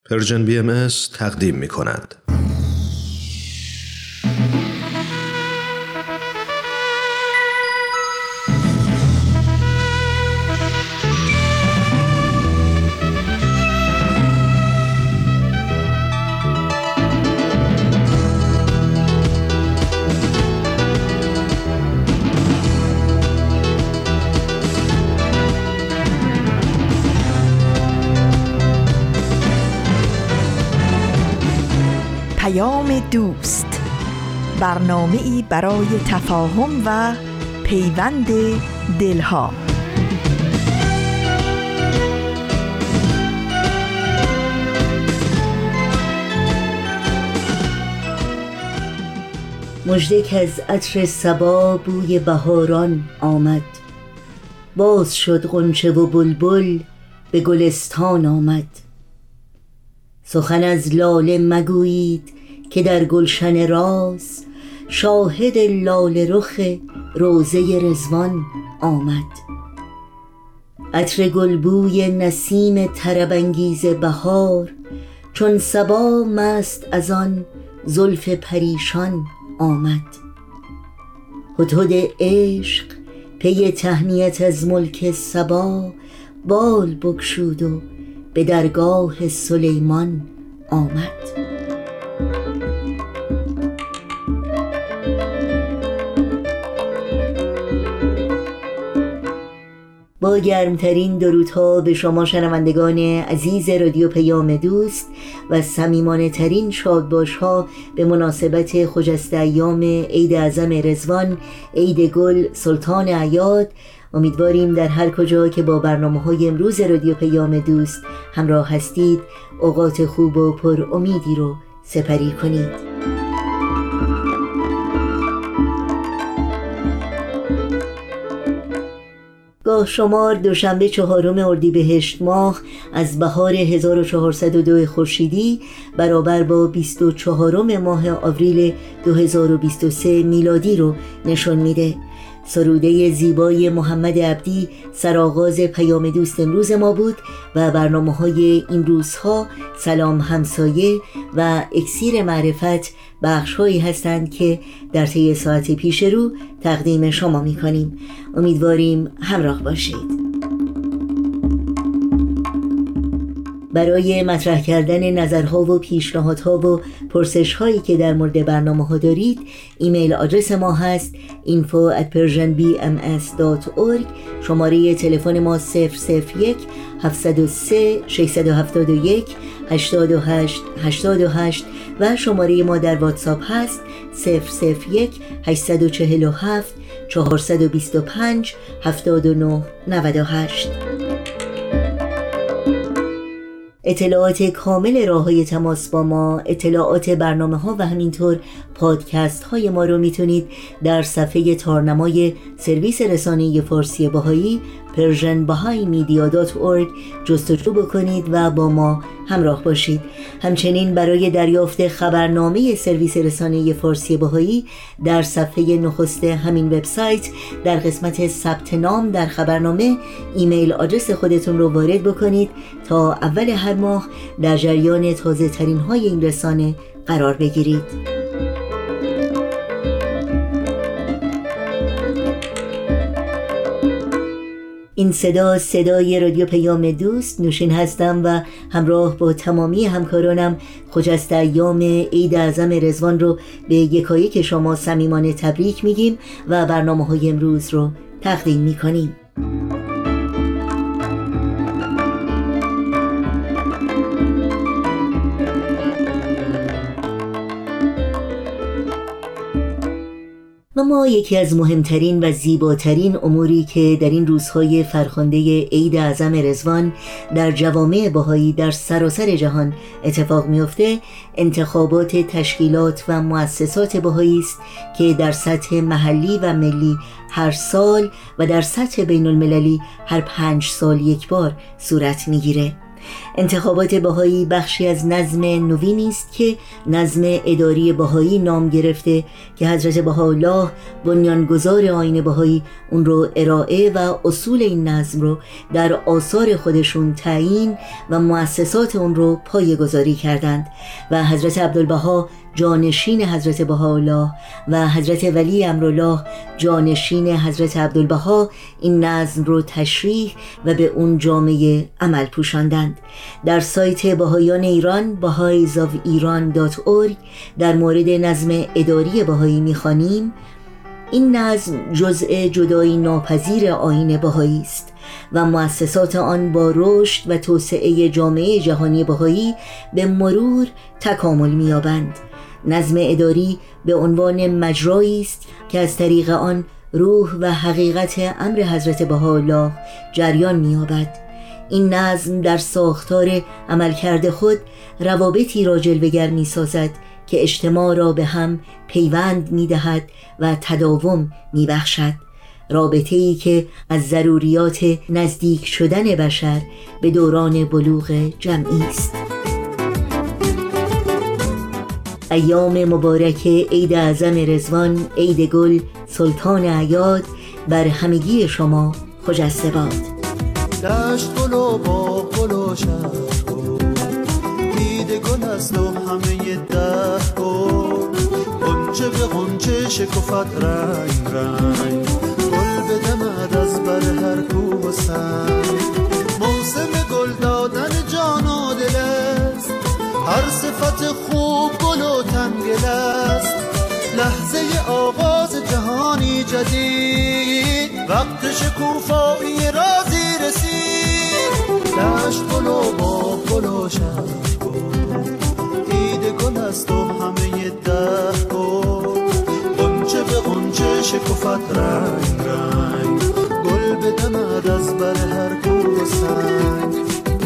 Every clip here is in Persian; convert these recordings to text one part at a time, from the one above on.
پرژن BMS تقدیم می کند. دوست، برنامه‌ای برای تفاهم و پیوند دلها. مژده کز عطر صبا بوی بهاران آمد، باز شد غنچه و بلبل به گلستان آمد. سخن از لاله مگویید که در گلشن راز، شاهد لاله رخ روضه رضوان آمد. عطر گلبوی نسیم طرب انگیز بهار، چون صبا مست از آن زلف پریشان آمد. هدهد عشق پی تهنیت از ملک سبا، بال بگشود و به درگاه سلیمان آمد. با گرمترین درودها به شما شنوندگان عزیز رادیو پیام دوست و صمیمانه ترین شادباش‌ها به مناسبت خجسته ایام عید اعظم رضوان، عید گل، سلطان اعیاد. امیدواریم در هر کجا که با برنامه‌های امروز رادیو پیام دوست همراه هستید اوقات خوب و پر امیدی رو سپری کنید. گاه شمار دوشنبه 4 اردیبهشت ماه از بهار 1402 خورشیدی برابر با 24 ماه آوریل 2023 میلادی رو نشون میده. سروده زیبای محمد عبدی سرآغاز پیام دوست امروز ما بود و برنامه‌های این روزها سلام همسایه و اکسیر معرفت بخش‌هایی هستند که در طی ساعت پیش رو تقدیم شما می‌کنیم. امیدواریم همراه باشید. برای مطرح کردن نظرها و پیشنهادها و پرسش‌هایی که در مورد برنامه‌ها دارید، ایمیل آدرس ما هست info@persianbms.org. شماره تلفن ما 001 703 671 88 88 و شماره ما در واتساپ هست 001 847 425 79 98. اطلاعات کامل راه‌های تماس با ما، اطلاعات برنامه‌ها و همینطور پادکست‌های ما رو میتونید در صفحه تارنمای سرویس رسانه فارسی بهایی persianbahaimedia.org جستجو بکنید و با ما همراه باشید. همچنین برای دریافت خبرنامه سرویس رسانه فارسی بهایی در صفحه نخست همین وبسایت در قسمت ثبت نام در خبرنامه ایمیل آدرس خودتون رو وارد بکنید تا اول هر ماه در جریان تازه ترین های این رسانه قرار بگیرید. این صدای رادیو پیام دوست، نوشین هستم و همراه با تمامی همکارانم خجسته ایام عید اعظم رضوان رو به یکایک شما صمیمانه تبریک میگیم و برنامه‌های امروز رو تقدیم میکنیم. اما یکی از مهمترین و زیباترین اموری که در این روزهای فرخنده عید اعظم رضوان در جوامع بهایی در سراسر جهان اتفاق میفته، انتخابات تشکیلات و مؤسسات بهایی است که در سطح محلی و ملی هر سال و در سطح بین المللی هر 5 سال یک بار صورت میگیره. انتخابات بهایی بخشی از نظم نوینی است که نظم اداری بهایی نام گرفته که حضرت بهاءالله بنیانگذار آیین بهایی اون رو ارائه و اصول این نظم رو در آثار خودشون تعیین و مؤسسات اون رو پایه‌گذاری کردند و حضرت عبدالبها جانشین حضرت بهاءالله و حضرت ولی امرالله جانشین حضرت عبدالبها این نظم رو تشریح و به اون جامعه عمل پوشاندند. در سایت بهایان ایران baha'isofIran.org در مورد نظم اداری بهایی می‌خوانیم: این نظم جزء جدایی ناپذیر آیین بهایی است و مؤسسات آن با رشد و توسعه جامعه جهانی بهایی به مرور تکامل می‌یابند. نظم اداری به عنوان مجرایی است که از طریق آن روح و حقیقت امر حضرت بهاءالله جریان می‌یابد. این نظم در ساختار عملکرد خود روابطی را جلوه‌گر می‌سازد که اجتماع را به هم پیوند می‌دهد و تداوم می‌بخشد، رابطه‌ای که از ضروریات نزدیک شدن بشر به دوران بلوغ جمعی است. ایام مبارک عید اعظم رضوان، عید گل، سلطان اعیاد بر همگی شما خجسته باد. دشت گل و باغ گل و شهر گل، دید گل است و همه ده گل، غنچه به غنچه شکفت رنگ رنگ، گل بدمد از بر هر کوه و سنگ. موسم گل دادن جان و دل است، هر صفت خوب گل و تنگل است. لحظه آغاز جهانی جدید، وقت شکوفایی رازی رسید. دشت گل و باغ گل و شهر گل، عید گل است و همه ده گل، غنچه به غنچه شکفت رنگ رنگ، گل بدمد از بر هر کوه و سنگ.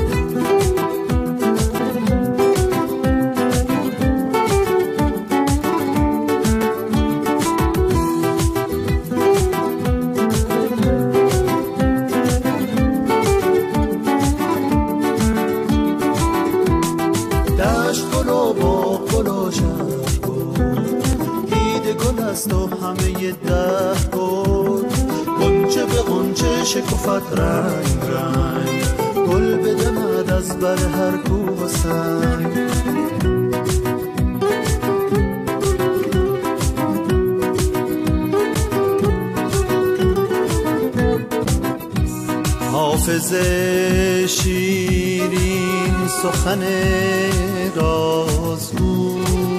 شکفت رنگ رنگ، گل بدمد از بر هر کوه و سنگ. حافظ شیرین سخن رازگو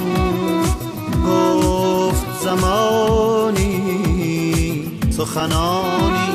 گفت زمانی سخنانی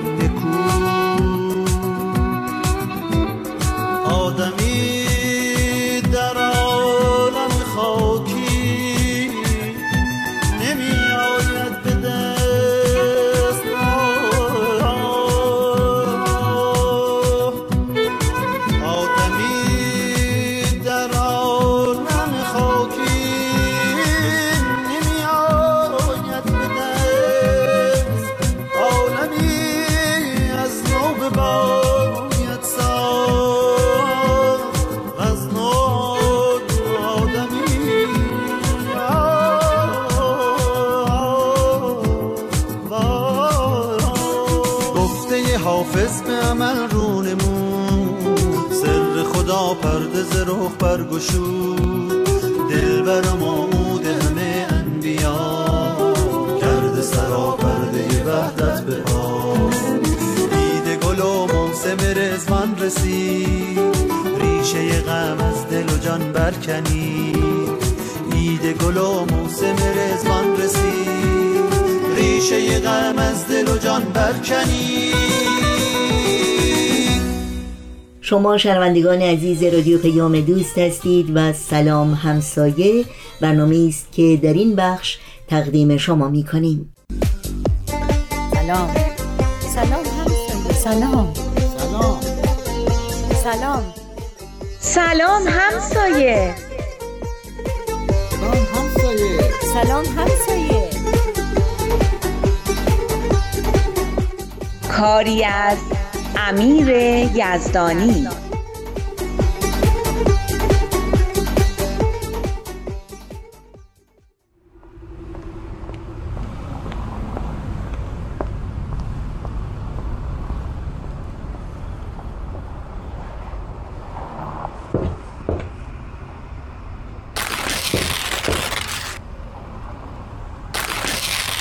حافظ به عمل رونمون، سر خدا پرده ز رخ برگشود، دلبر و موعود همه انبیا، کرده سرا پرده وحدت به پا. دید گل و موسم رضوان رسید، ریشه غم از دل و جان برکنید. دید گل و موسم رضوان رسید، ریشه غم از دل و جان برکنید. شما شنوندگان عزیز رادیو پیام دوست هستید و سلام همسایه، برنامه‌ای است که در این بخش تقدیم شما می‌کنیم. سلام سلام همسایه، سلام سلام سلام سلام همسایه، سلام همسایه، سلام همسایه. کاری از امیر یزدانی.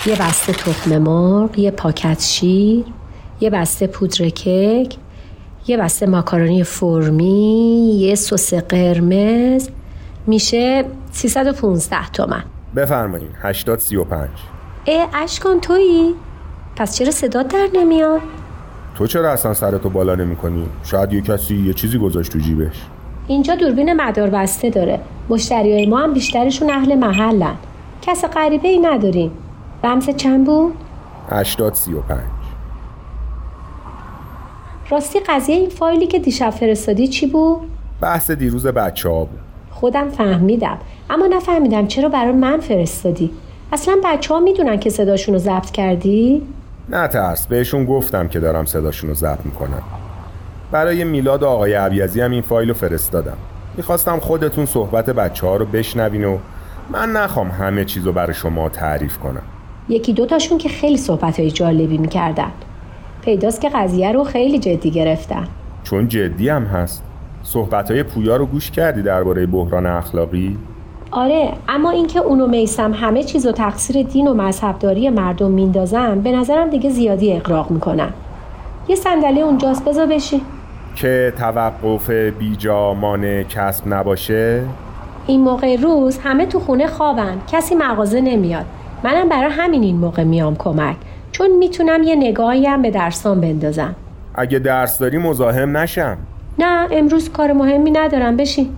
یه بسته تخم مرغ، یه پاکت شیر، یه بسته پودر کیک، یه بسته ماکارونی فرمی، یه سس قرمز، میشه 315 تومن. بفرمایید. 8035. اشکان تویی؟ پس چرا صدات در نمیاد؟ تو چرا اصلا سرتو بالا نمی کنی؟ شاید یه کسی یه چیزی گذاشت تو جیبش. اینجا دوربین مدار بسته داره. مشتریای ما هم بیشترشون اهل محلن. کس غریبه ای نداریم. رمز چند بود؟ 8035. راستی قضیه این فایلی که دیشب فرستادی چی بود؟ بحث دیروز بچه‌ها بود. خودم فهمیدم، اما نفهمیدم چرا برای من فرستادی. اصلا بچه‌ها میدونن که صداشون رو ضبط کردی؟ نه ترس، بهشون گفتم که دارم صداشون رو ضبط میکنم. برای میلاد آقای عبیزی هم این فایل رو فرستادم. میخواستم خودتون صحبت بچه‌ها رو بشنوین و من نخوام همه چیزو برای شما تعریف کنم. یکی دوتاشون که خیلی صحبت‌های جالبی میکردن. پیداست که قضیه رو خیلی جدی گرفتن. چون جدی هم هست. صحبت‌های پویا رو گوش کردی درباره بحران اخلاقی؟ آره، اما اینکه اونو میثم همه چیزو تقصیر دین و مذهبداری مردم میندازن، به نظرم دیگه زیادی اغراق میکنن. یه صندلی اونجاست، بذار بشی. که توقف بیجا مانع کسب نباشه؟ این موقع روز همه تو خونه خوابن، کسی مغازه نمیاد. منم برای همین این موقع میام کمک، چون میتونم یه نگاهی هم به درسام بندازم. اگه درس داری مزاحم نشم. نه، امروز کار مهمی ندارم، بشین.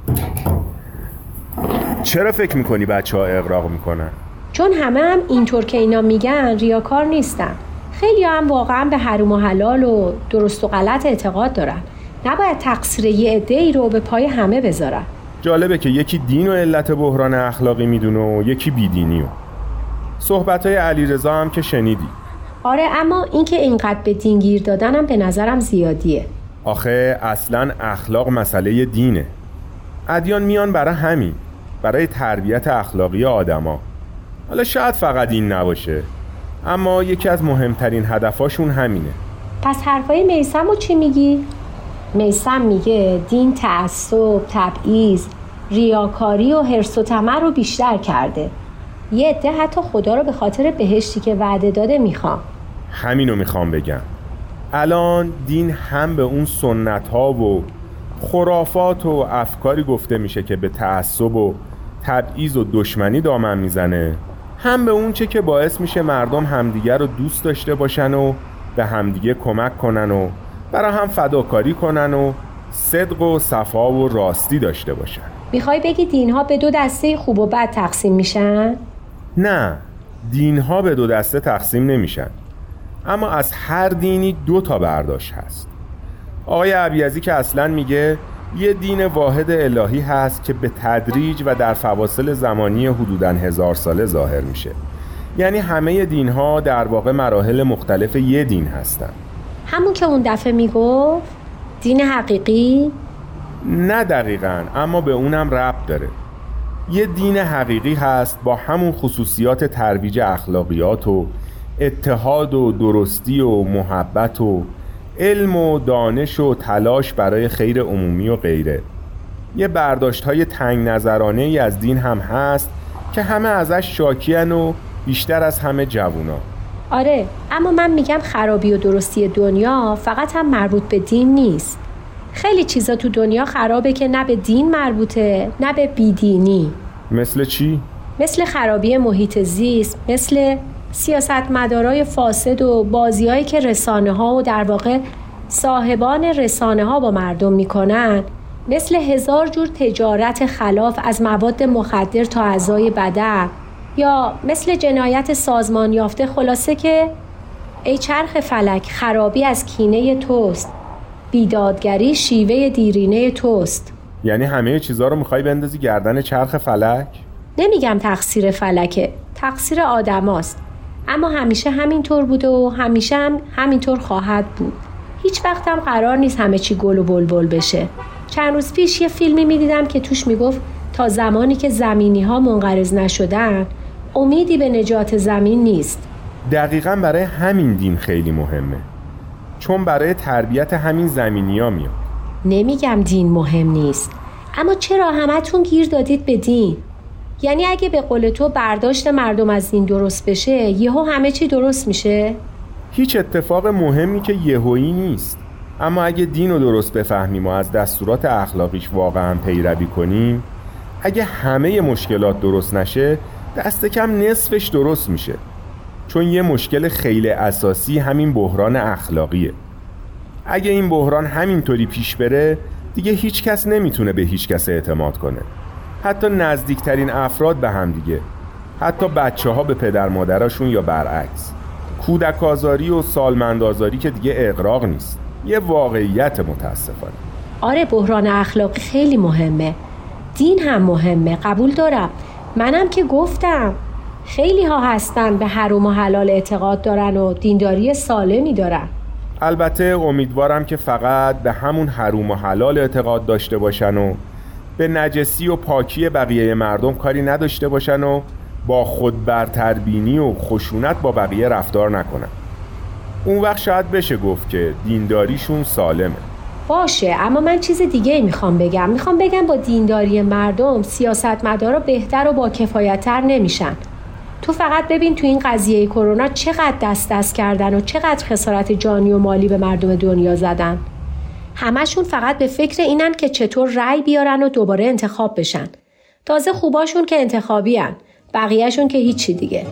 چرا فکر میکنی بچه‌ها اغراق میکنن؟ چون همه هم اینطور که اینا میگن ریاکار نیستن. خیلی هم واقعا به حرام و حلال و درست و غلط اعتقاد دارن. نباید تقصیر یه عده‌ای رو به پای همه بذارن. جالبه که یکی دین و علت بحران اخلاقی میدونه و یکی بیدینیو. صحبت‌های علیرضا هم که شنیدی. آره، اما اینکه اینقدر به دین گیر دادنم به نظرم زیادیه. آخه اصلاً اخلاق مسئله دینه. ادیان میان برای همین، برای تربیت اخلاقی آدما. حالا شاید فقط این نباشه، اما یکی از مهمترین هدفاشون همینه. پس حرفای میثم رو چی میگی؟ میثم میگه دین تعصب، تبعیض، ریاکاری و حرص و طمع رو بیشتر کرده. یه عده حتی خدا رو به خاطر بهشتی که وعده داده میخوام. همینو میخوام بگم. الان دین هم به اون سنت ها و خرافات و افکاری گفته میشه که به تعصب و تبعیض و دشمنی دامن میزنه، هم به اون چه که باعث میشه مردم همدیگر رو دوست داشته باشن و به همدیگه کمک کنن و برای هم فداکاری کنن و صدق و صفا و راستی داشته باشن. میخوای بگی دینها به دو دسته خوب و بد تقسیم میشن؟ نه، دینها به دو دسته تقسیم نمیشن، اما از هر دینی 2 تا برداشت هست. آقای عبیزی که اصلا میگه یه دین واحد الهی هست که به تدریج و در فواصل زمانی حدوداً 1000 ساله ظاهر میشه. یعنی همه دینها در واقع مراحل مختلف یه دین هستن. همون که اون دفعه میگفت دین حقیقی؟ نه دقیقاً، اما به اونم ربط داره. یه دین حقیقی هست با همون خصوصیات ترویج اخلاقیات و اتحاد و درستی و محبت و علم و دانش و تلاش برای خیر عمومی و غیره. یه برداشت‌های تنگ نظرانه ای از دین هم هست که همه ازش شاکیان و بیشتر از همه جوونا. آره، اما من میگم خرابی و درستی دنیا فقط هم مربوط به دین نیست. خیلی چیزا تو دنیا خرابه که نه به دین مربوطه نه به بیدینی. مثل چی؟ مثل خرابی محیط زیست، مثل سیاستمدارای فاسد و بازیایی که رسانه ها و در واقع صاحبان رسانه ها با مردم میکنن، مثل 1000 جور تجارت خلاف از مواد مخدر تا اعضای بدن، یا مثل جنایت سازمان یافته. خلاصه که ای چرخ فلک، خرابی از کینه توست، بیدادگری شیوه دیرینه توست. یعنی همه چیزا رو میخوای بندازی گردن چرخ فلک؟ نمیگم تقصیر فلکه، تقصیر آدماست. اما همیشه همینطور بوده و همیشه هم همینطور خواهد بود. هیچ وقت هم قرار نیست همه چی گل و بلبل بشه. چند روز پیش یه فیلمی میدیدم که توش میگفت تا زمانی که زمینی ها منقرض نشدن امیدی به نجات زمین نیست. دقیقاً برای همین دین خیلی مهمه، چون برای تربیت همین زمینی ها میاد. نمیگم دین مهم نیست، اما چرا همتون گیر دادید به دین؟ یعنی اگه به قول تو برداشت مردم از دین درست بشه، یهو همه چی درست میشه؟ هیچ اتفاق مهمی که یهویی نیست، اما اگه دین رو درست بفهمیم و از دستورات اخلاقیش واقعا پیروی کنیم، اگه همه مشکلات درست نشه، دست کم نصفش درست میشه. چون یه مشکل خیلی اساسی همین بحران اخلاقیه. اگه این بحران همینطوری پیش بره، دیگه هیچ کس نمیتونه به هیچ کس اعتماد کنه، حتی نزدیکترین افراد به هم دیگه، حتی بچه ها به پدر مادرشون یا برعکس. کودک آزاری و سالمند آزاری که دیگه اغراق نیست، یه واقعیت متاسفانه. آره، بحران اخلاقی خیلی مهمه. دین هم مهمه، قبول دارم. منم که گفتم خیلی ها هستن به حرام و حلال اعتقاد دارن و دینداری سالمی دارن. البته امیدوارم که فقط به همون حرام و حلال اعتقاد داشته باشن و به نجسی و پاکی بقیه مردم کاری نداشته باشن و با خود برتربینی و خشونت با بقیه رفتار نکنن. اون وقت شاید بشه گفت که دینداریشون سالمه. باشه، اما من چیز دیگه میخوام بگم با دینداری مردم سیاستمدارا بهتر و با کفایت‌تر نمیشن. تو فقط ببین تو این قضیه کرونا چقدر دست کردن و چقدر خسارت جانی و مالی به مردم دنیا زدن. همشون فقط به فکر اینن که چطور رأی بیارن و دوباره انتخاب بشن. تازه خوباشون که انتخابی هن، بقیهشون که هیچی دیگه.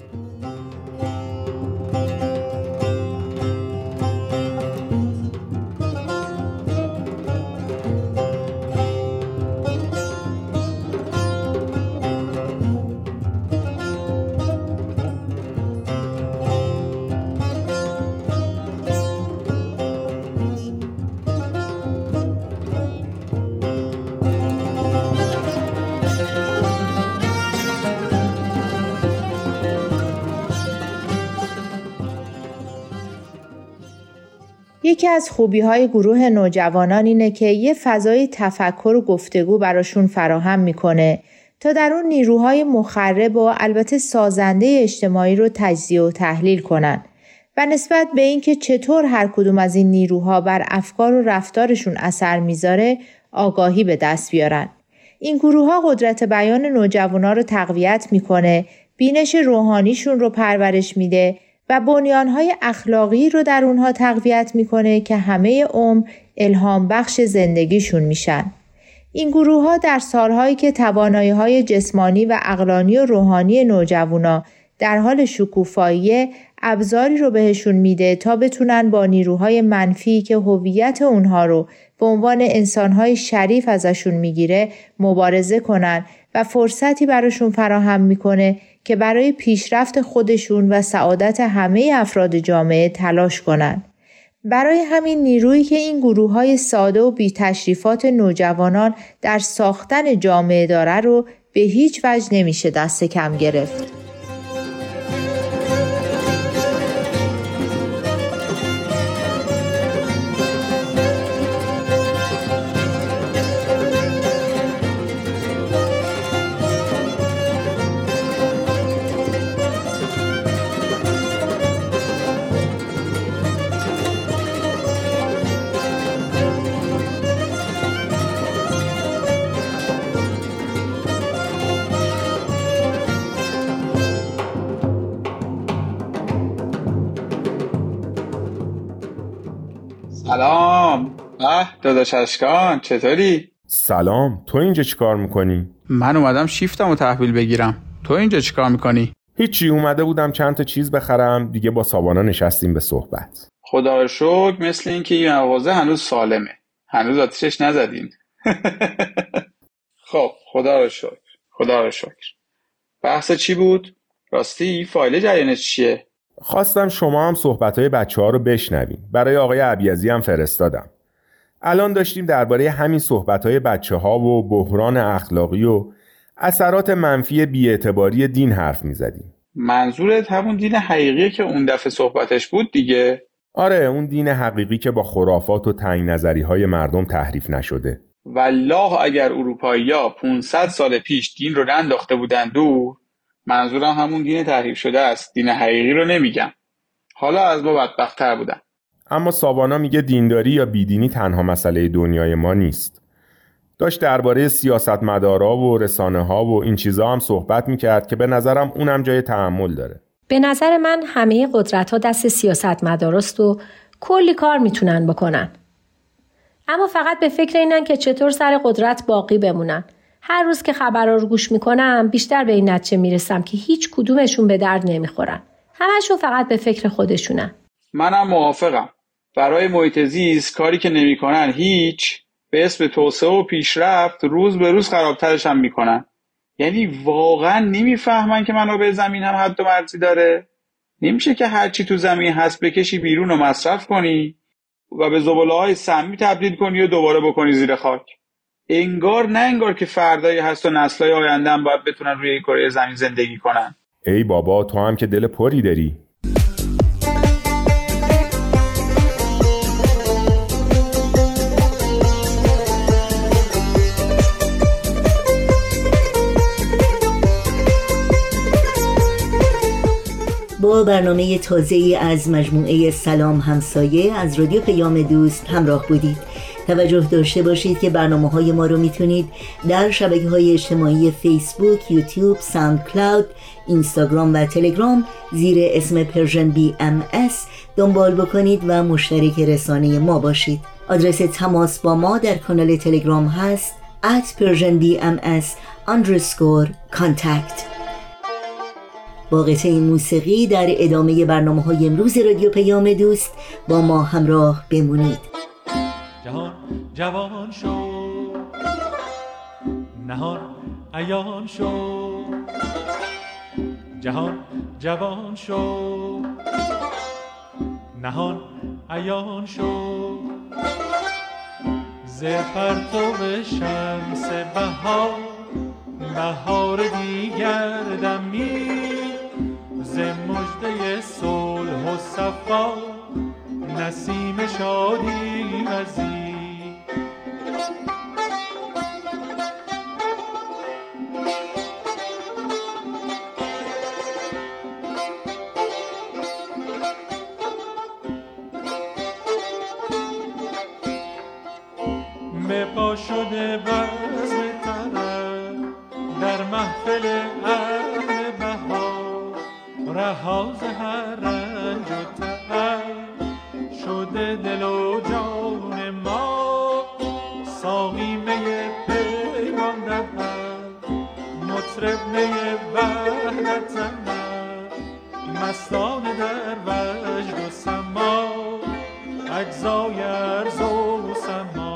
یکی از خوبی‌های گروه نوجوانان اینه که یه فضای تفکر و گفتگو براشون فراهم میکنه تا در اون نیروهای مخرب و البته سازنده اجتماعی رو تجزیه و تحلیل کنن و نسبت به اینکه چطور هر کدوم از این نیروها بر افکار و رفتارشون اثر میذاره آگاهی به دست بیارن. این گروه‌ها قدرت بیان نوجوانا رو تقویت میکنه، بینش روحانیشون رو پرورش میده و بنیانهای اخلاقی رو در اونها تقویت میکنه که همه عمر الهام بخش زندگیشون میشن. این گروه‌ها در سالهایی که توانایی‌های جسمانی و عقلانی و روحانی نوجوانا در حال شکوفایی، ابزاری رو بهشون میده تا بتونن با نیروهای منفی که هویت اونها رو به عنوان انسانهای شریف ازشون میگیره مبارزه کنن و فرصتی براشون فراهم میکنه که برای پیشرفت خودشون و سعادت همه افراد جامعه تلاش کنن. برای همین نیرویی که این گروه‌های ساده و بی تشریفات نوجوانان در ساختن جامعه داره رو به هیچ وجه نمیشه دست کم گرفت. سلام. داداش اشکان چطوری؟ سلام، تو اینجا چیکار میکنی؟ من اومدم شیفتمو تحویل بگیرم. تو اینجا چیکار میکنی؟ هیچی، اومده بودم چند تا چیز بخرم، دیگه با سابانا نشستیم به صحبت. خدا رو شکر مثل این که این مغازه هنوز سالمه. هنوز آتیشش نزدین. خب خدا رو شکر. بحث چی بود؟ راستی فایل جریانش چیه؟ خواستم شما هم صحبت‌های بچه‌ها رو بشنوین. برای آقای عبیزی هم فرستادم. الان داشتیم درباره همین صحبت‌های بچه‌ها و بحران اخلاقی و اثرات منفی بی‌اعتباری دین حرف می‌زدیم. منظورت همون دین حقیقیه که اون دفعه صحبتش بود دیگه؟ آره، اون دین حقیقی که با خرافات و تنگ نظری‌های مردم تحریف نشده. والله اگر اروپایی‌ها 500 سال پیش دین رو انداخته بودن دور، منظورم همون دین تحریف شده است. دین حقیقی رو نمیگم. حالا از ما بدبخت‌تر بودن. اما ساوانا میگه دینداری یا بیدینی تنها مسئله دنیای ما نیست. داشت درباره سیاستمدارا و رسانه‌ها و این چیزا هم صحبت میکرد که به نظرم اونم جای تأمل داره. به نظر من همه قدرت‌ها دست سیاستمداراست و کلی کار میتونن بکنن. اما فقط به فکر اینن که چطور سر قدرت باقی بمونن. هر روز که خبرها رو گوش میکنم بیشتر به این نتیجه میرسم که هیچ کدومشون به درد نمیخورن. همشون فقط به فکر خودشونن. منم موافقم. برای محیط زیست کاری که نمیکنن هیچ، به اسم توسعه و پیشرفت روز به روز خرابترش هم میکنن. یعنی واقعا نمیفهمن که منابع زمین هم حد و مرزی داره. نمیشه که هرچی تو زمین هست بکشی بیرون و مصرف کنی و به زباله‌های سمی تبدیل کنی و دوباره بکنی زیر خاک. انگار نه انگار که فردایی هست و نسل‌های آینده هم باید بتونن روی کره زمین زندگی کنن. ای بابا تو هم که دل پری داری. با برنامه تازه‌ای از مجموعه سلام همسایه از رادیو پیام دوست همراه بودید. توجه داشته باشید که برنامه‌های ما رو میتونید در شبکه‌های اجتماعی فیسبوک، یوتیوب، ساوند کلاود، اینستاگرام و تلگرام زیر اسم پرژن BMS دنبال بکنید و مشترک رسانه ما باشید. آدرس تماس با ما در کانال تلگرام هست @PersianBMS_contact. با قطعه موسیقی در ادامه برنامه‌های امروز رادیو پیام دوست با ما همراه بمونید. جهان جوان شو، نهان عیان شو، جهان جوان شو، نهان عیان شو، ز پرتو شمس بهار بهار دیگر دمی، ز مژده صلح و صفا نسیم شادی وزی. به پا شده بزم طرب در محفل اهل بهار، رها ز هر رنج و تعب شده دل و جان ما، ساقی می پیمان دهد، مطرب می وحدت زند، مستان در وجد و سما، اجزای ارز و سما.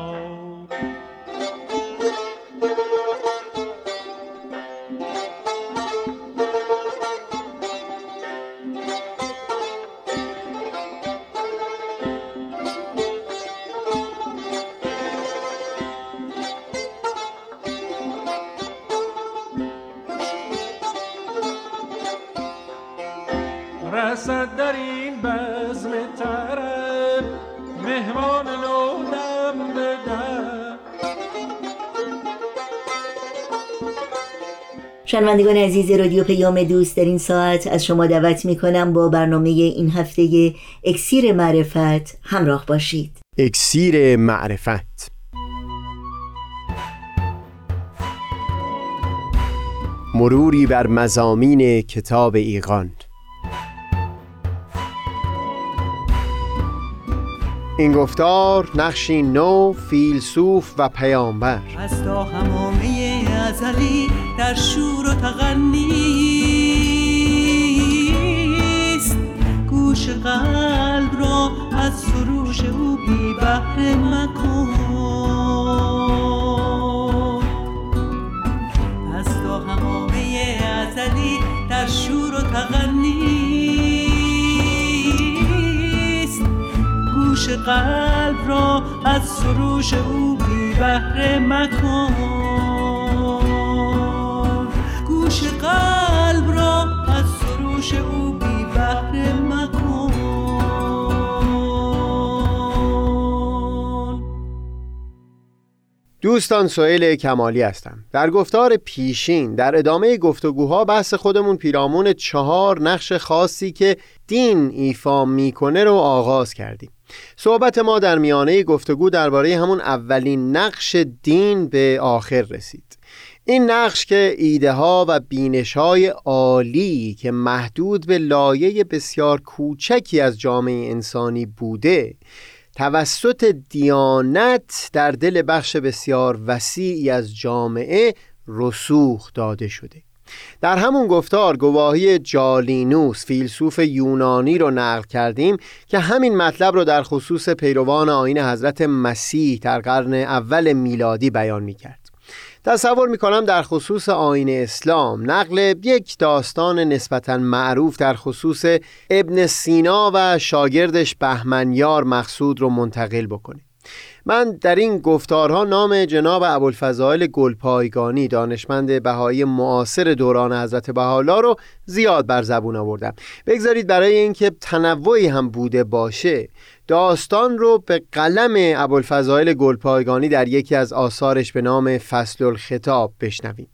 رسد در این بزم طرب مهمان نودم بدم. شنوندگان عزیز رادیو پیام دوست، در این ساعت از شما دعوت میکنم با برنامه این هفته اکسیر معرفت همراه باشید. اکسیر معرفت، مروری بر مضامین کتاب ایقان. این گفتار نقشی نو، فیلسوف و پیامبر از تا همامه ازلی در شور و تغنیست، گوش قلب را از سروش او بی بهره مکن. از تا همامه ازلی در شور و تغنیست، گوش قلب را از سروش او بی بهره مکن. گوش قلب را از سروش او بی بهره مکن. دوستان، سهیل کمالی هستم. در گفتار پیشین در ادامه گفتگوها بحث خودمون پیرامون 4 نقش خاصی که دین ایفا میکنه رو آغاز کردیم. صحبت ما در میانه گفتگو درباره همون اولین نقش دین به آخر رسید. این نقش که ایده ها و بینش های عالی که محدود به لایه بسیار کوچکی از جامعه انسانی بوده، توسط دیانت در دل بخش بسیار وسیعی از جامعه رسوخ داده شده. در همون گفتار گواهی جالینوس فیلسوف یونانی رو نقل کردیم که همین مطلب رو در خصوص پیروان آیین حضرت مسیح در قرن اول میلادی بیان می‌کرد. تصور می‌کنم در خصوص آیین اسلام نقل یک داستان نسبتاً معروف در خصوص ابن سینا و شاگردش بهمنیار مقصود رو منتقل بکنه. من در این گفتارها نام جناب ابوالفضائل گلپایگانی دانشمند بهایی معاصر دوران حضرت بهاءالله رو زیاد بر زبون آوردم. بگذارید برای اینکه تنوعی هم بوده باشه داستان رو به قلم ابوالفضائل گلپایگانی در یکی از آثارش به نام فصل الخطاب بشنویم.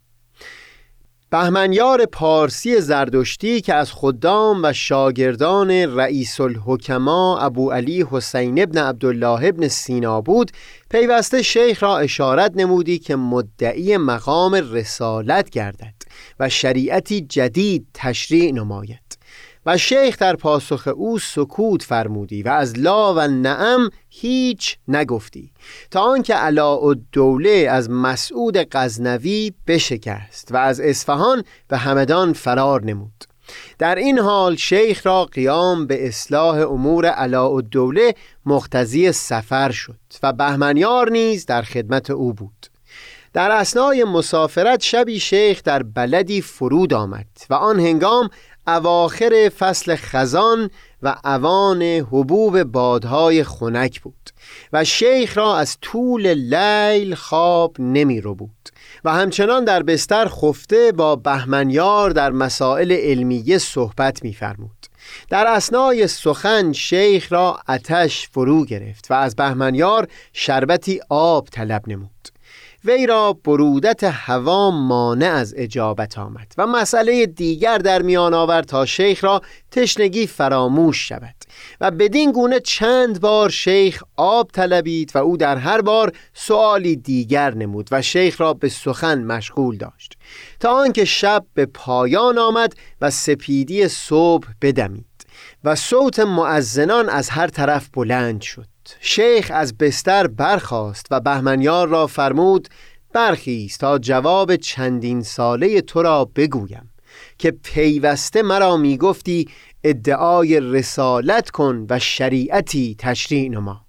بهمنیار پارسی زردشتی که از خدام و شاگردان رئیس الحکما ابو علی حسین ابن عبدالله ابن سینا بود، پیوسته شیخ را اشارت نمودی که مدعی مقام رسالت گردد و شریعتی جدید تشریع نماید و شیخ در پاسخ او سکوت فرمودی و از لا و نعم هیچ نگفتی تا آنکه علاءالدوله از مسعود غزنوی بشکست و از اصفهان به همدان فرار نمود. در این حال شیخ را قیام به اصلاح امور علاءالدوله مقتضی سفر شد و بهمنیار نیز در خدمت او بود. در اثنای مسافرت شبی شیخ در بلدی فرود آمد و آن هنگام اواخر فصل خزان و اوان حبوب بادهای خنک بود و شیخ را از طول لیل خواب نمی رو بود و همچنان در بستر خفته با بهمنیار در مسائل علمیه صحبت می فرمود. در اثنای سخن شیخ را آتش فرو گرفت و از بهمنیار شربتی آب طلب نمود. وی را برودت هوا مانع از اجابت آمد و مسئله دیگر در میان آورد تا شیخ را تشنگی فراموش شود و بدین گونه چند بار شیخ آب طلبید و او در هر بار سؤالی دیگر نمود و شیخ را به سخن مشغول داشت تا آنکه شب به پایان آمد و سپیدی صبح بدمید و صوت مؤذنان از هر طرف بلند شد. شیخ از بستر برخاست و بهمنیار را فرمود برخیز تا جواب چندین ساله تو را بگویم که پیوسته مرا می گفتی ادعای رسالت کن و شریعتی تشریع نما.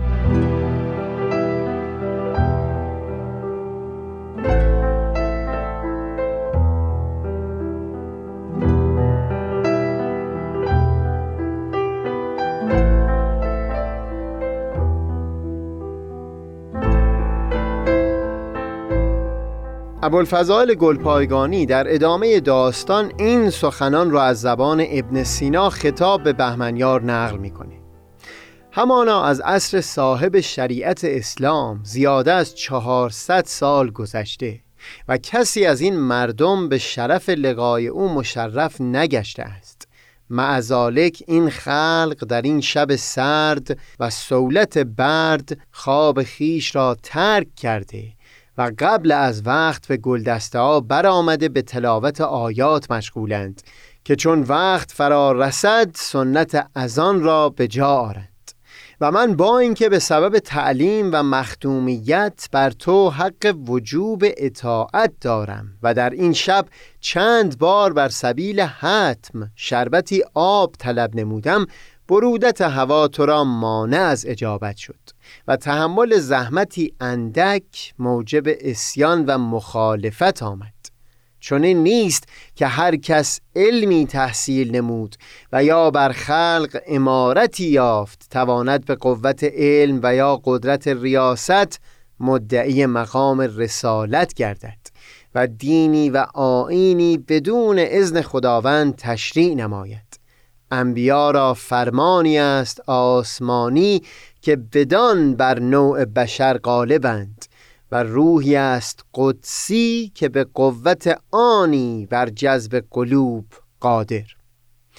ابوالفضائل گلپایگانی در ادامه داستان این سخنان را از زبان ابن سینا خطاب به بهمنیار نقل می‌کنه. همانا از عصر صاحب شریعت اسلام زیاده از 400 سال گذشته و کسی از این مردم به شرف لقای او مشرف نگشته است. معذالک این خلق در این شب سرد و سولت برد خواب خیش را ترک کرده و قبل از وقت به گلدسته ها برآمده به تلاوت آیات مشغولند که چون وقت فرا رسد سنت اذان را به جا آرند. و من با اینکه به سبب تعلیم و مخدومیت بر تو حق وجوب اطاعت دارم و در این شب چند بار بر سبیل حتم شربتی آب طلب نمودم، برودت هوا تو را مانع از اجابت شد و تحمل زحمتی اندک موجب عصیان و مخالفت آمد. چون این نیست که هر کس علمی تحصیل نمود و یا بر خلق امارتی یافت تواند به قوت علم و یا قدرت ریاست مدعی مقام رسالت گردد و دینی و آیینی بدون اذن خداوند تشریع نماید. انبیا را فرمانی است آسمانی که بدان بر نوع بشر غالبند و روحی است قدسی که به قوت آنی بر جذب قلوب قادر.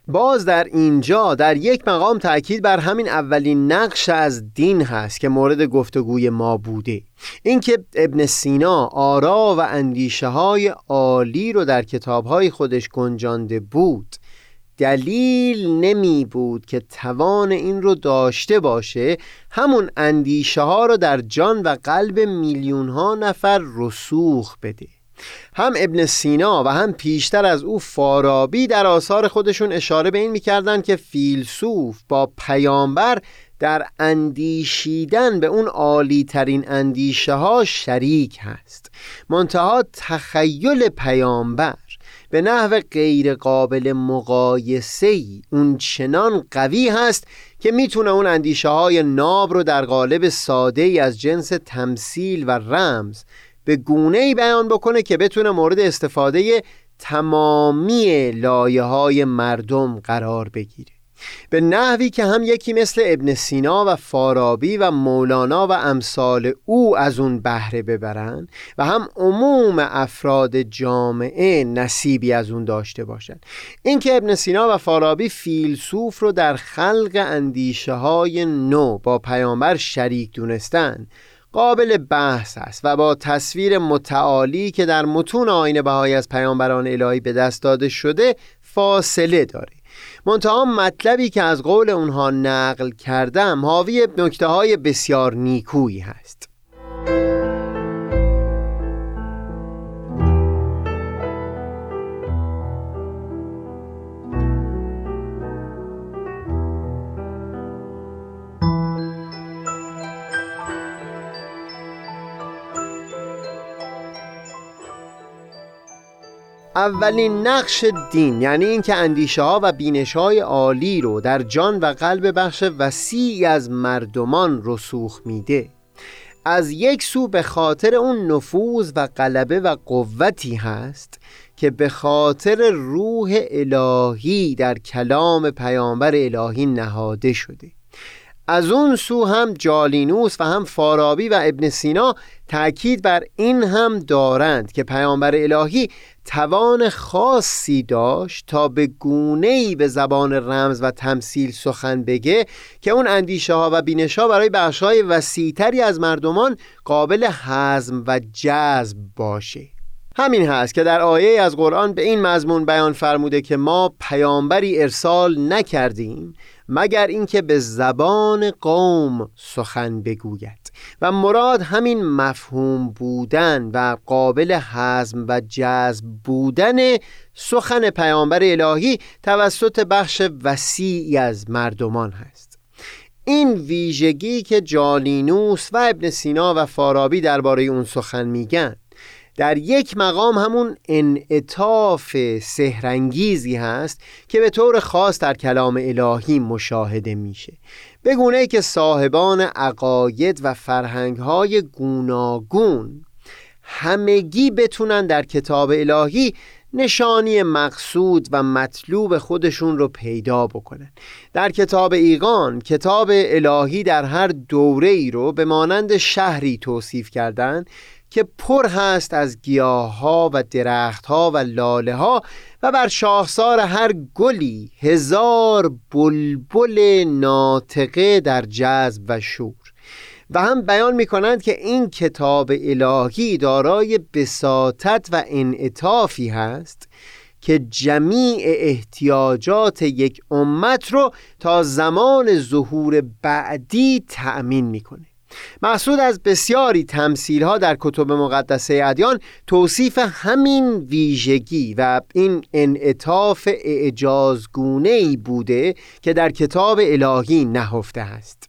باز در اینجا در یک مقام تأکید بر همین اولین نقش از دین هست که مورد گفتگوی ما بوده، اینکه ابن سینا آرا و اندیشه های عالی رو در کتابهای خودش گنجانده بود، دلیل نمی بود که توان این رو داشته باشه همون اندیشه ها رو در جان و قلب میلیون ها نفر رسوخ بده. هم ابن سینا و هم پیشتر از او فارابی در آثار خودشون اشاره به این میکردن که فیلسوف با پیامبر در اندیشیدن به اون عالی ترین اندیشه ها شریک هست، منتها تخیل پیامبر به نحو غیر قابل مقایسه‌ای اون چنان قوی هست که میتونه اون اندیشه های ناب رو در قالب ساده‌ای از جنس تمثیل و رمز به گونه‌ای بیان بکنه که بتونه مورد استفاده تمامی لایه‌های مردم قرار بگیره، به نحوی که هم یکی مثل ابن سینا و فارابی و مولانا و امثال او از اون بهره ببرن و هم عموم افراد جامعه نصیبی از اون داشته باشن. این که ابن سینا و فارابی فیلسوف رو در خلق اندیشه های نو با پیامبر شریک دونستن قابل بحث است و با تصویر متعالی که در متون آیین بهایی از پیامبران الهی به دست داده شده فاصله داره. منتها مطلبی که از قول اونها نقل کردم حاوی نکته‌های بسیار نیکویی هست. اولین نقش دین یعنی این که اندیشه ها و بینش های عالی رو در جان و قلب بخش وسیعی از مردمان رسوخ میده. از یک سو به خاطر اون نفوذ و غلبه و قوتی هست که به خاطر روح الهی در کلام پیامبر الهی نهاده شده. از اون سو هم جالینوس و هم فارابی و ابن سینا تأکید بر این هم دارند که پیامبر الهی توان خاصی داشت تا به گونه‌ای به زبان رمز و تمثیل سخن بگه که اون اندیشه ها و بینش ها برای بخش‌های وسیع‌تری از مردمان قابل هضم و جذب باشه. همین هست که در آیه از قرآن به این مضمون بیان فرموده که ما پیامبری ارسال نکردیم مگر اینکه به زبان قوم سخن بگوید، و مراد همین مفهوم بودن و قابل هضم و جذب بودن سخن پیامبر الهی توسط بخش وسیعی از مردمان هست. این ویژگی که جالینوس و ابن سینا و فارابی درباره اون سخن میگن در یک مقام همون انعطاف سحرانگیزی هست که به طور خاص در کلام الهی مشاهده میشه، به گونه‌ای که صاحبان عقاید و فرهنگ‌های گوناگون همگی بتونن در کتاب الهی نشانی مقصود و مطلوب خودشون رو پیدا بکنن. در کتاب ایقان، کتاب الهی در هر دوره‌ای رو به مانند شهری توصیف کردن که پر هست از گیاه‌ها و درخت‌ها و لاله‌ها و بر شاخسار هر گلی 1000 بلبل ناطقه در جذب و شور. و هم بیان می‌کنند که این کتاب الهی دارای بساطت و انعطافی هست که جمیع احتیاجات یک امت رو تا زمان ظهور بعدی تأمین می‌کنه. مقصود از بسیاری تمثیل‌ها در کتب مقدسه ادیان توصیف همین ویژگی و این انعطاف اعجازگونه‌ای بوده که در کتاب الهی نهفته است.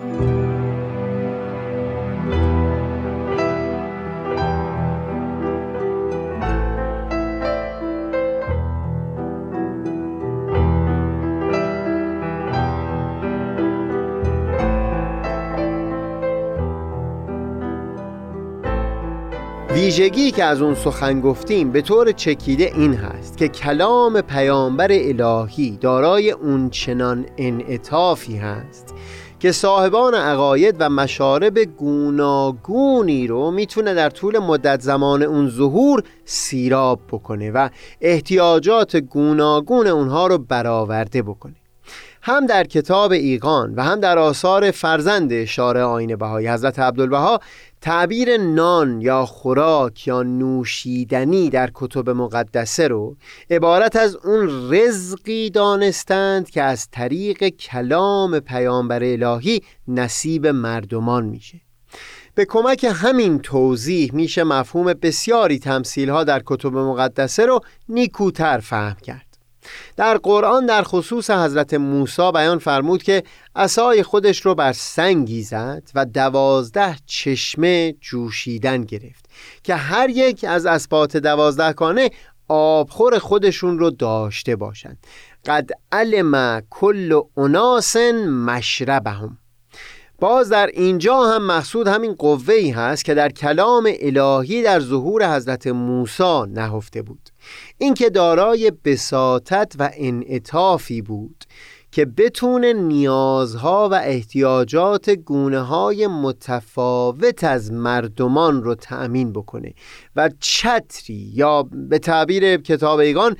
ویژگی که از اون سخن گفتیم به طور چکیده این هست که کلام پیامبر الهی دارای اون چنان انعطافی هست که صاحبان عقاید و مشارب گوناگونی رو میتونه در طول مدت زمان اون ظهور سیراب بکنه و احتیاجات گوناگون اونها رو برآورده بکنه. هم در کتاب ایقان و هم در آثار فرزند شارع آیین بهایی حضرت عبدالبها تعبیر نان یا خوراک یا نوشیدنی در کتب مقدسه رو عبارت از اون رزقی دانستند که از طریق کلام پیامبر الهی نصیب مردمان میشه. به کمک همین توضیح میشه مفهوم بسیاری تمثیل‌ها در کتب مقدسه رو نیکوتر فهم کرد. در قرآن در خصوص حضرت موسی بیان فرمود که عصای خودش رو بر سنگی زد و 12 چشمه جوشیدن گرفت که هر یک از اسباط 12 گانه آبخور خودشون رو داشته باشند. قد علم کل اناس مشربهم. باز در اینجا هم مقصود همین قوه‌ای هست که در کلام الهی در ظهور حضرت موسی نهفته بود، این که دارای بساطت و انعطافی بود که بتونه نیازها و احتیاجات گونه‌های متفاوت از مردمان رو تأمین بکنه و چتری یا به تعبیر کتاب ایقان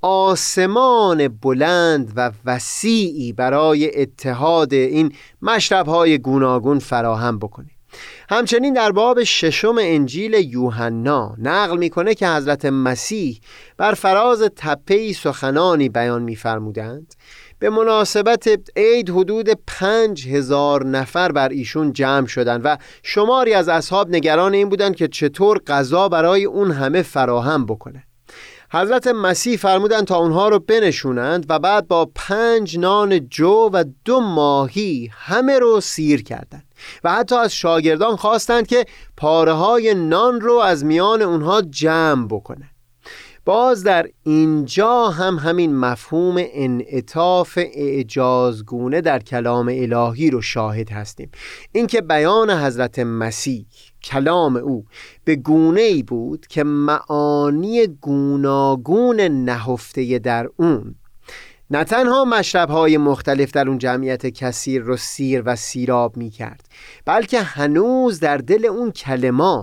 آسمان بلند و وسیعی برای اتحاد این مشرب‌های گوناگون فراهم بکنه. همچنین در باب 6 انجیل یوحنا نقل میکنه که حضرت مسیح بر فراز تپه‌ای سخنانی بیان می‌فرمودند. به مناسبت عید حدود 5000 نفر بر ایشون جمع شدند و شماری از اصحاب نگران این بودند که چطور غذا برای اون همه فراهم بکنه. حضرت مسیح فرمودند تا اونها رو بنشونند و بعد با 5 نان جو و 2 ماهی همه رو سیر کردند و حتی از شاگردان خواستند که پاره های نان رو از میان اونها جمع بکنند. باز در اینجا هم همین مفهوم انعطاف اعجازگونه در کلام الهی رو شاهد هستیم، اینکه بیان حضرت مسیح کلام او به گونه‌ای بود که معانی گوناگون نهفته در اون نه تنها مشرب‌های مختلف در اون جمعیت کثیر رو سیر و سیراب می کرد، بلکه هنوز در دل اون کلمات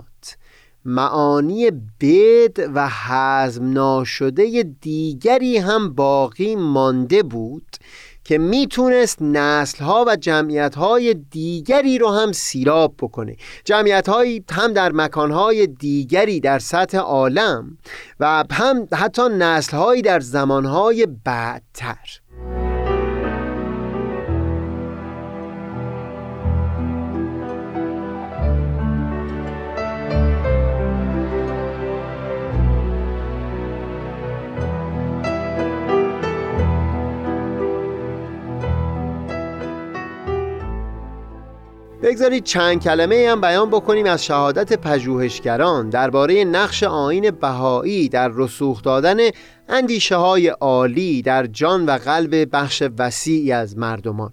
معانی بد و هضم ناشده دیگری هم باقی مانده بود که میتونست نسل‌ها و جمعیت‌های دیگری رو هم سیراب بکنه، جمعیت‌هایی هم در مکان‌های دیگری در سطح عالم و هم حتی نسل‌هایی در زمان‌های بعدتر. بگذارید چند کلمه هم بیان بکنیم از شهادت پژوهشگران درباره نقش آیین بهایی در رسوخ دادن اندیشه های عالی در جان و قلب بخش وسیعی از مردمان.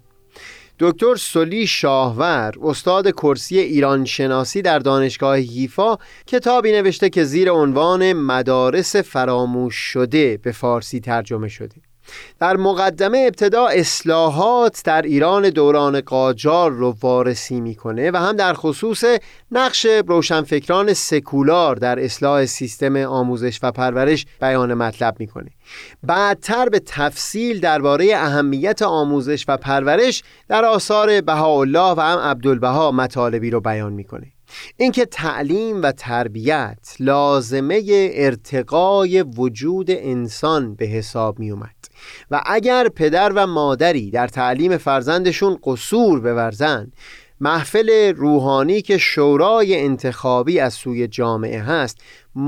دکتر سلی شاهور استاد کرسی ایران شناسی در دانشگاه حیفا کتابی نوشته که زیر عنوان مدارس فراموش شده به فارسی ترجمه شده. در مقدمه ابتدا اصلاحات در ایران دوران قاجار رو وارسی میکنه و هم در خصوص نقش روشنفکران سکولار در اصلاح سیستم آموزش و پرورش بیان مطلب میکنه. بعدتر به تفصیل درباره اهمیت آموزش و پرورش در آثار بهاءالله و هم عبدالبها مطالبی رو بیان میکنه. اینکه تعلیم و تربیت لازمه ارتقای وجود انسان به حساب می اومد و اگر پدر و مادری در تعلیم فرزندشون قصور بورزن، محفل روحانی که شورای انتخابی از سوی جامعه هست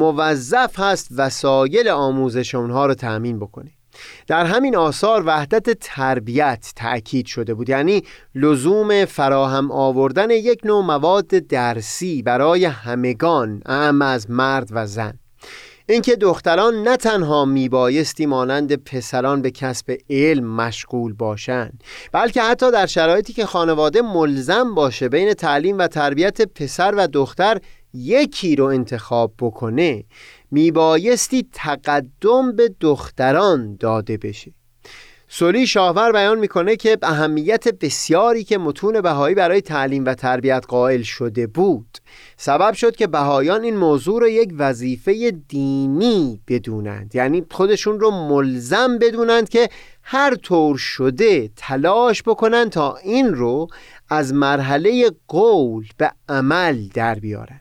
موظف هست وسایل آموزش اونها رو تأمین بکنه. در همین آثار وحدت تربیت تأکید شده بود، یعنی لزوم فراهم آوردن یک نوع مواد درسی برای همگان، اعم از مرد و زن. اینکه دختران نه تنها میبایستی مانند پسران به کسب علم مشغول باشند، بلکه حتی در شرایطی که خانواده ملزم باشه بین تعلیم و تربیت پسر و دختر یکی رو انتخاب بکنه، میبایستی تقدم به دختران داده بشه. سلی شاهور بیان میکنه که اهمیت بسیاری که متون بهایی برای تعلیم و تربیت قائل شده بود سبب شد که بهایان این موضوع رو یک وظیفه دینی بدونند، یعنی خودشون رو ملزم بدونند که هر طور شده تلاش بکنند تا این رو از مرحله قول به عمل در بیارن.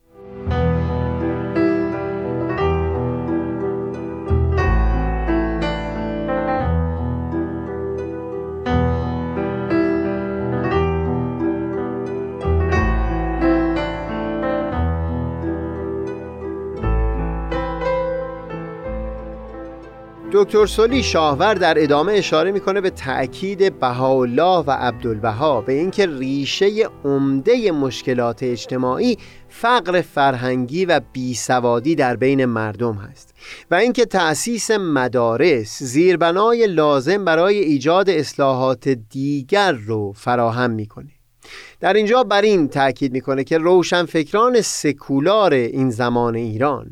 دکتر سلی شاهور در ادامه اشاره میکنه به تأکید بهاءالله و عبدالبها به اینکه ریشه عمده مشکلات اجتماعی فقر فرهنگی و بیسوادی در بین مردم هست و اینکه تأسیس مدارس زیربنای لازم برای ایجاد اصلاحات دیگر رو فراهم میکنه. در اینجا بر این تأکید میکنه که روشنفکران سکولار این زمان ایران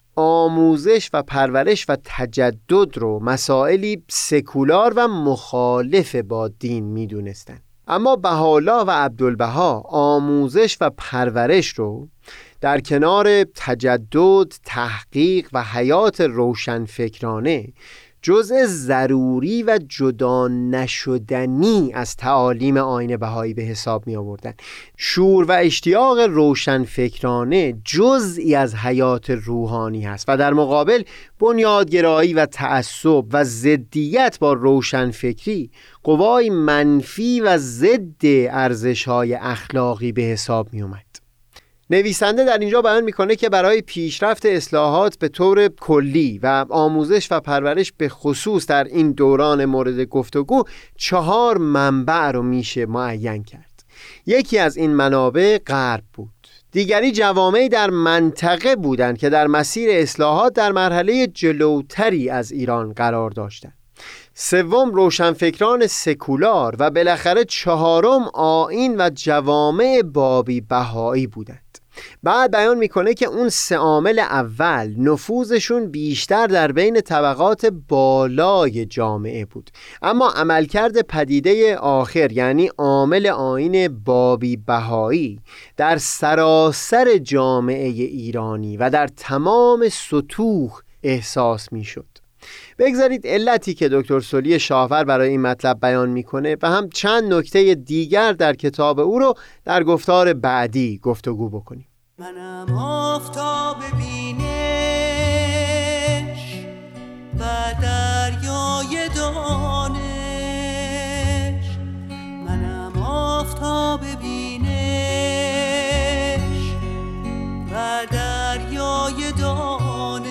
آموزش و پرورش و تجدد رو مسائلی سکولار و مخالف با دین میدونستند، اما بهاءالله و عبدالبها آموزش و پرورش رو در کنار تجدد، تحقیق و حیات روشنفکرانه جزء ضروری و جدا نشدنی از تعالیم آیین بهایی به حساب می آوردن. شور و اشتیاق روشنفکرانه جزئی از حیات روحانی هست و در مقابل بنیادگرایی و تعصب و ضدیت با روشنفکری قوای منفی و ضد ارزش‌های اخلاقی به حساب می اومد. نویسنده در اینجا بیان میکنه که برای پیشرفت اصلاحات به طور کلی و آموزش و پرورش به خصوص در این دوران مورد گفتگو 4 منبع رو میشه معین کرد. یکی از این منابع غرب بود، دیگری جوامعی در منطقه بودند که در مسیر اصلاحات در مرحله جلوتری از ایران قرار داشتند. سوم روشنفکران سکولار و بالاخره 4 آیین و جوامع بابی بهایی بودند. بعد بیان میکنه که اون 3 عامل اول نفوذشون بیشتر در بین طبقات بالای جامعه بود، اما عملکرد پدیده آخر یعنی عامل آیین بابی بهایی در سراسر جامعه ایرانی و در تمام سطوح احساس میشد. بگذارید علتی که دکتر سلی شاهور برای این مطلب بیان میکنه و هم چند نکته دیگر در کتاب او رو در گفتار بعدی گفتگو بکنیم. منم آفتاب بینش و دریای دانش، منم آفتاب بینش و دریای دانش،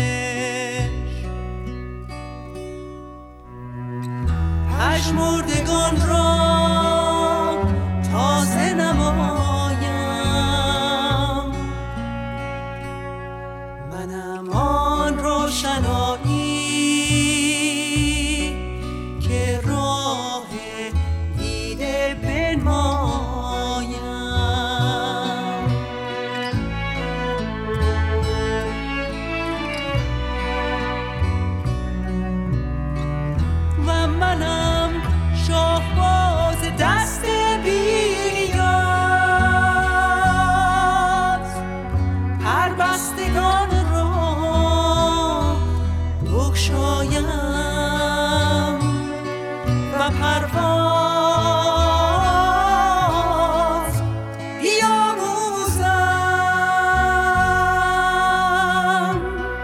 پژمردگان را تازه نمایم، منم آن روشنایی که راه دیده بنمایم. و منم شاهباز دست بی‌نیاز، هر بستگان را بگشایم و پرواز بیاموزم.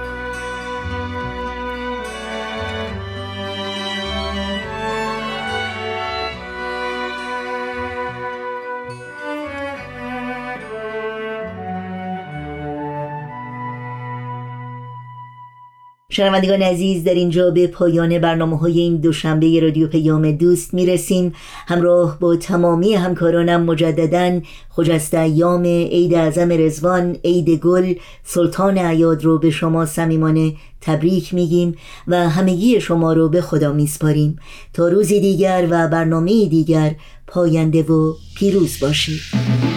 شنوندگان عزیز، در اینجا به پایان برنامه‌های این دوشنبه رادیو پیام دوست میرسیم. همراه با تمامی همکارانم مجدداً خجسته ایام عید اعظم رضوان، عید گل، سلطان اعیاد رو به شما صمیمانه تبریک میگیم و همگی شما رو به خدا میسپاریم تا روزی دیگر و برنامه دیگر پاینده و پیروز باشید.